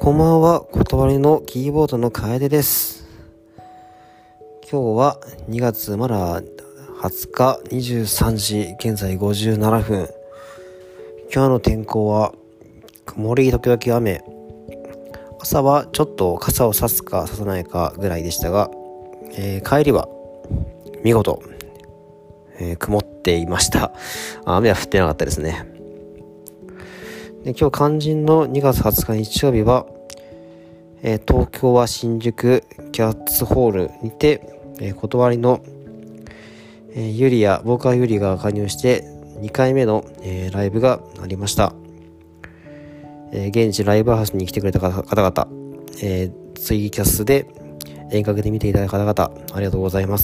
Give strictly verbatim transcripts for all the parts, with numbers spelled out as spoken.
こんばんは、断りのキーボードの楓です。今日はにがつまだはつかにじゅうさんじ、現在ごじゅうななふん。今日の天候は曇り時々雨。朝はちょっと傘を差すか差さないかぐらいでしたが、えー、帰りは見事、えー、曇っていました。雨は降ってなかったですね。で今日肝心のにがつはつか日曜日は、えー、東京は新宿キャッツホールにて、えー、断りの、えー、ユリやボーカルユリが加入してにかいめの、えー、ライブがありました。えー、現地ライブハウスに来てくれた方々、えー、ツイキャスで遠隔で見ていただいた方々ありがとうございます。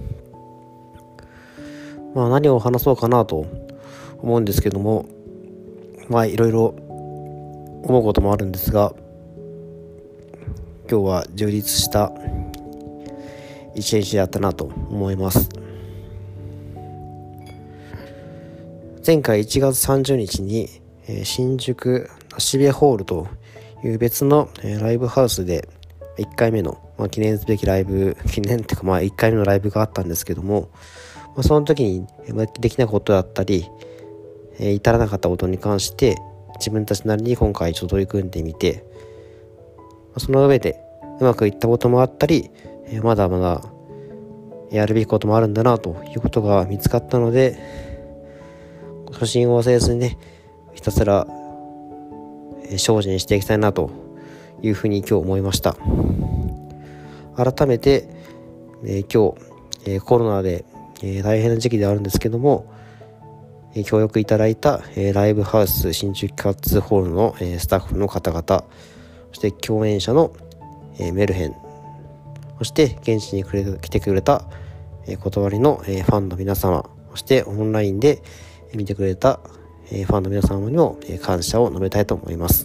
まあ何を話そうかなと思うんですけども、まあいろいろ思うこともあるんですが、今日は充実した一日だったなと思います。前回いちがつさんじゅうにちに、えー、新宿渋谷ホールという別の、えー、ライブハウスでいっかいめの、まあ、記念すべきライブ記念っていうかまあいっかいめのライブがあったんですけども、まあ、その時にできなことだったり、えー、至らなかったことに関して自分たちなりに今回ちょっと取り組んでみて、その上でうまくいったこともあったり、えー、まだまだやるべきこともあるんだなということが見つかったので、初心を忘れずにね、ひたすら、えー、精進していきたいなというふうに今日思いました。改めて、えー、今日、えー、コロナで、えー、大変な時期ではあるんですけども、えー、協力いただいた、えー、ライブハウス新宿キャッツホールの、えー、スタッフの方々、そして共演者の、えー、メルヘン、そして現地にくれ来てくれた、えー、断りの、えー、ファンの皆様、そしてオンラインで見てくれた、えー、ファンの皆様にも、えー、感謝を述べたいと思います。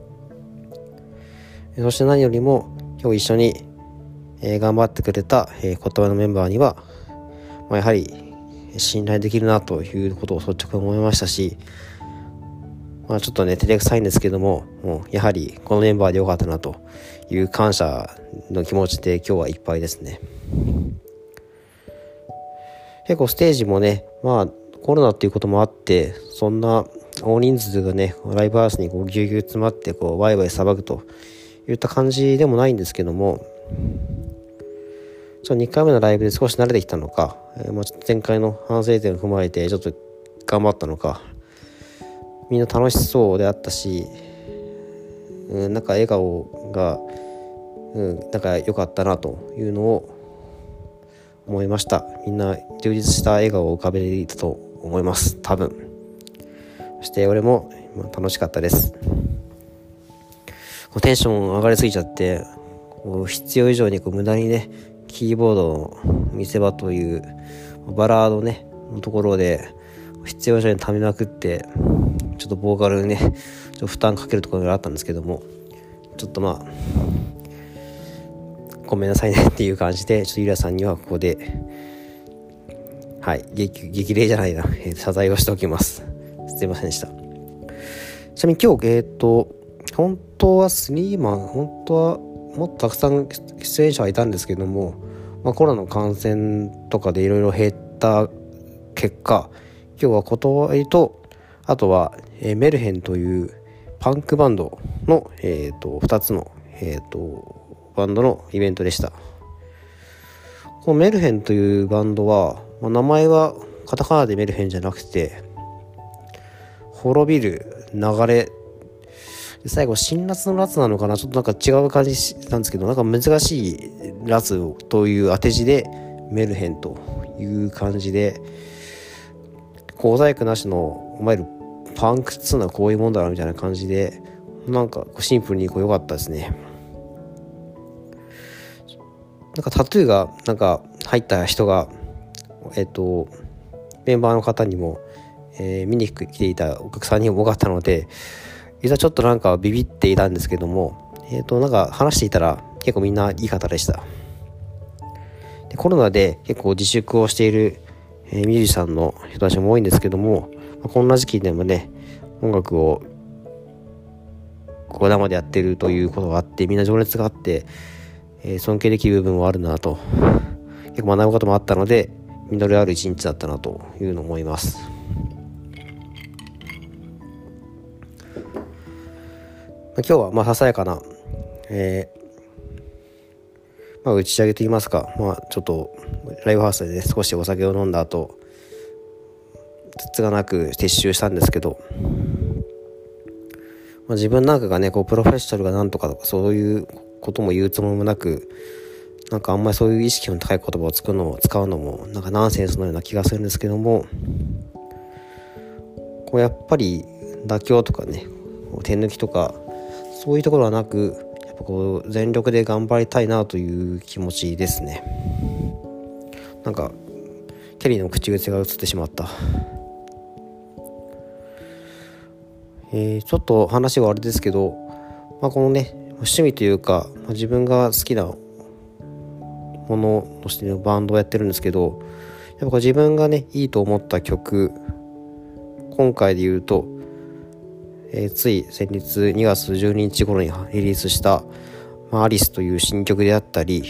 そして何よりも今日一緒に、えー、頑張ってくれた、えー、断りのメンバーには、まあ、やはり信頼できるなということを率直に思いましたし、まあ、ちょっとね照れくさいんですけども、もうやはりこのメンバーでよかったなという感謝の気持ちで今日はいっぱいですね。結構ステージもね、まあコロナっていうこともあってそんな大人数がねライブハウスにこうぎゅうぎゅう詰まってこうワイワイ騒ぐといった感じでもないんですけども、ちょっとにかいめのライブで少し慣れてきたのか、えーまあ、ちょっと前回の反省点を踏まえてちょっと頑張ったのか、みんな楽しそうであったし、うん、なんか笑顔が、うん、なんか良かったなというのを思いました。みんな充実した笑顔を浮かべていたと思います、多分。そして俺も楽しかったです。テンション上がりすぎちゃってこう必要以上にこう無駄にねキーボードの見せ場というバラードねのところで必要以上に溜めまくって、ちょっとボーカルにねちょっと負担かけるところがあったんですけども、ちょっとまあごめんなさいねっていう感じで、ちょっとゆらさんにはここではい激激励じゃないな、えー、謝罪をしておきます。すいませんでした。ちなみに今日えっ、ー、と本当はスリーマン本当はもっとたくさん出演者はいたんですけども、まあ、コロナの感染とかでいろいろ減った結果、今日は断りとあとは、えー、メルヘンというパンクバンドの、えー、とふたつの、えー、とバンドのイベントでした。このメルヘンというバンドは、まあ、名前はカタカナでメルヘンじゃなくて滅びる流れ、最後辛辣の辣なのかな、ちょっとなんか違う感じなんですけど、なんか難しい辣という当て字でメルヘンという感じで、小細工なしのいわゆるパンクっつうのはこういうもんだなみたいな感じで、なんかシンプルにこう良かったですね。なんかタトゥーがなんか入った人がえっとメンバーの方にも、えー、見に来ていたお客さんにも多かったので、いざちょっとなんかビビっていたんですけども、えっとなんか話していたら結構みんないい方でした。でコロナで結構自粛をしている、えー、ミュージシャンの人たちも多いんですけども、まあ、こんな時期でもね音楽をこう生でやってるということがあって、みんな情熱があって、えー、尊敬できる部分はあるなと、結構学ぶこともあったので、実りある一日だったなというのを思います。今日はまあささやかな、えーまあ、打ち上げといいますか、まあ、ちょっとライブハウスでね少しお酒を飲んだ後、つつがなく撤収したんですけど、まあ、自分なんかがねこうプロフェッショナルがなんとかとかそういうことも言うつもりもなく、なんかあんまりそういう意識の高い言葉を使うのも使うのもなんかナンセンスのような気がするんですけども、こうやっぱり妥協とかね手抜きとかそういうところはなく、やっぱこう全力で頑張りたいなという気持ちですね。なんかケリーの口癖が映ってしまった。えー、ちょっと話はあれですけど、まあ、このね趣味というか、まあ、自分が好きなものとしてのバンドをやってるんですけど、やっぱこう自分がねいいと思った曲、今回で言うと、えー、つい先日にがつじゅうににち頃にリリースした、まあ、アリスという新曲であったり、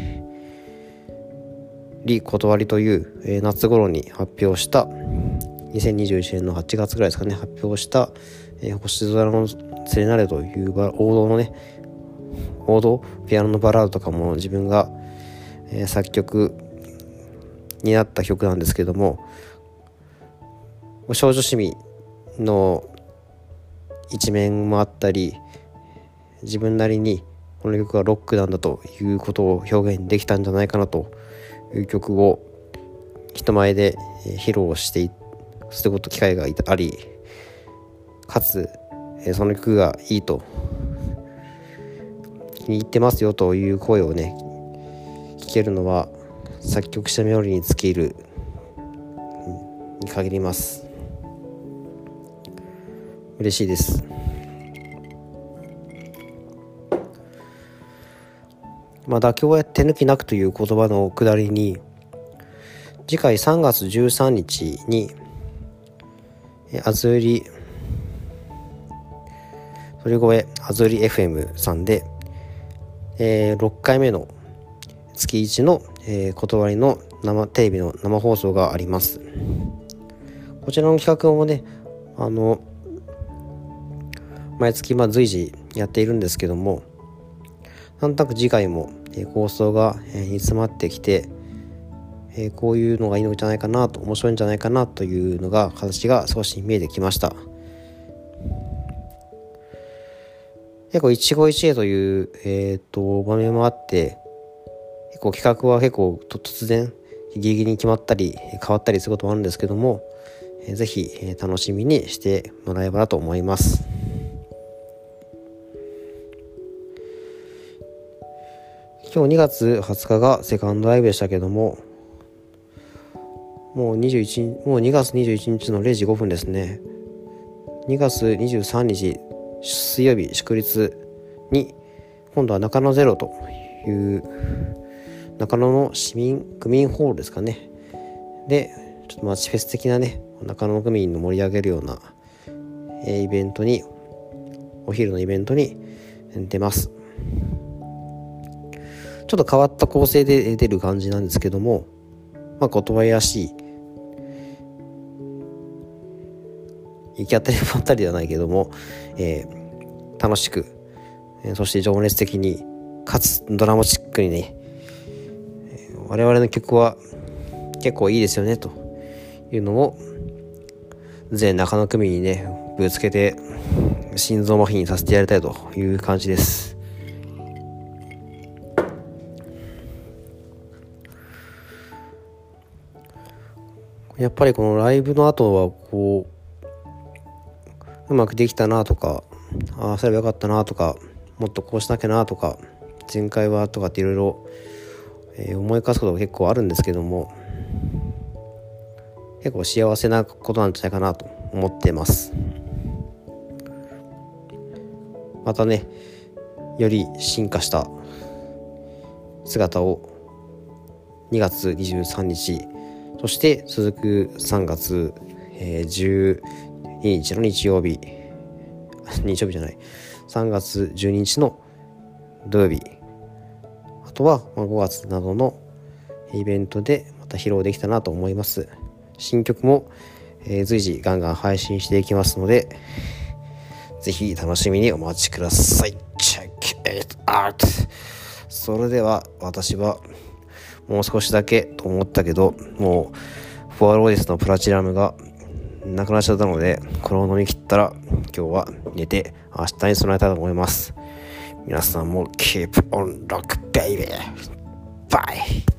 リ・コトワリという、えー、夏頃に発表したにせんにじゅういちねんのはちがつぐらいですかね発表した、えー、星空のセレナレドという王道のね王道ピアノのバラードとかも自分が、えー、作曲になった曲なんですけども、少女趣味の一面もあったり、自分なりにこの曲がロックなんだということを表現できたんじゃないかなという曲を人前で披露してすること機会があり、かつその曲がいいと気に入ってますよという声をね聞けるのは作曲者冥利に尽きるに限ります。嬉しいです。まあ、妥協や手抜きなくという言葉のくだりに、次回さんがつじゅうさんにちにアズーリ鳥越アズーリ エフエム さんで、えー、ろっかいめの月いちの、えー、断りの生テレビの生放送があります。こちらの企画もねあの毎月まあ随時やっているんですけども、なんとなく次回も、えー、構想が、えー、煮詰まってきて、えー、こういうのがいいのじゃないかなと、面白いんじゃないかなというのが形が少し見えてきました。結構一期一会という、えー、と場面もあって、結構企画は結構突然ギリギリに決まったり変わったりすることもあるんですけども、えー、ぜひ、えー、楽しみにしてもらえればなと思います。今日にがつはつかがセカンドライブでしたけども、もうにじゅういちもうにがつにじゅういちにちのれいじごふんですね。にがつにじゅうさんにち水曜日祝日に今度は中野ゼロという中野の市民区民ホールですかねで、ちょっと街フェス的なね中野区民の盛り上げるような、えー、イベントにお昼のイベントに出ます。ちょっと変わった構成で出る感じなんですけども、まあ言葉やしい行き当たりばったりではないけども、えー、楽しく、えー、そして情熱的にかつドラマチックにね、えー、我々の曲は結構いいですよねというのを全中野区民にねぶつけて心臓麻痺にさせてやりたいという感じです。やっぱりこのライブの後はこううまくできたなとか、ああすればよかったなとか、もっとこうしなきゃなとか、前回はとかっていろいろ思い返すことが結構あるんですけども、結構幸せなことなんじゃないかなと思ってます。またねより進化した姿をにがつにじゅうさんにち、そして続くさんがつじゅうににちの日曜日日曜日じゃないさんがつじゅうににちの土曜日、あとはごがつなどのイベントでまた披露できたなと思います。新曲も、えー、随時ガンガン配信していきますので、ぜひ楽しみにお待ちください。Check it out。 それでは私はもう少しだけと思ったけど、もうフォアローディスのプラチナムがなくなっちゃったので、これを飲み切ったら今日は寝て明日に備えたいと思います。皆さんも Keep on rock baby。 Bye。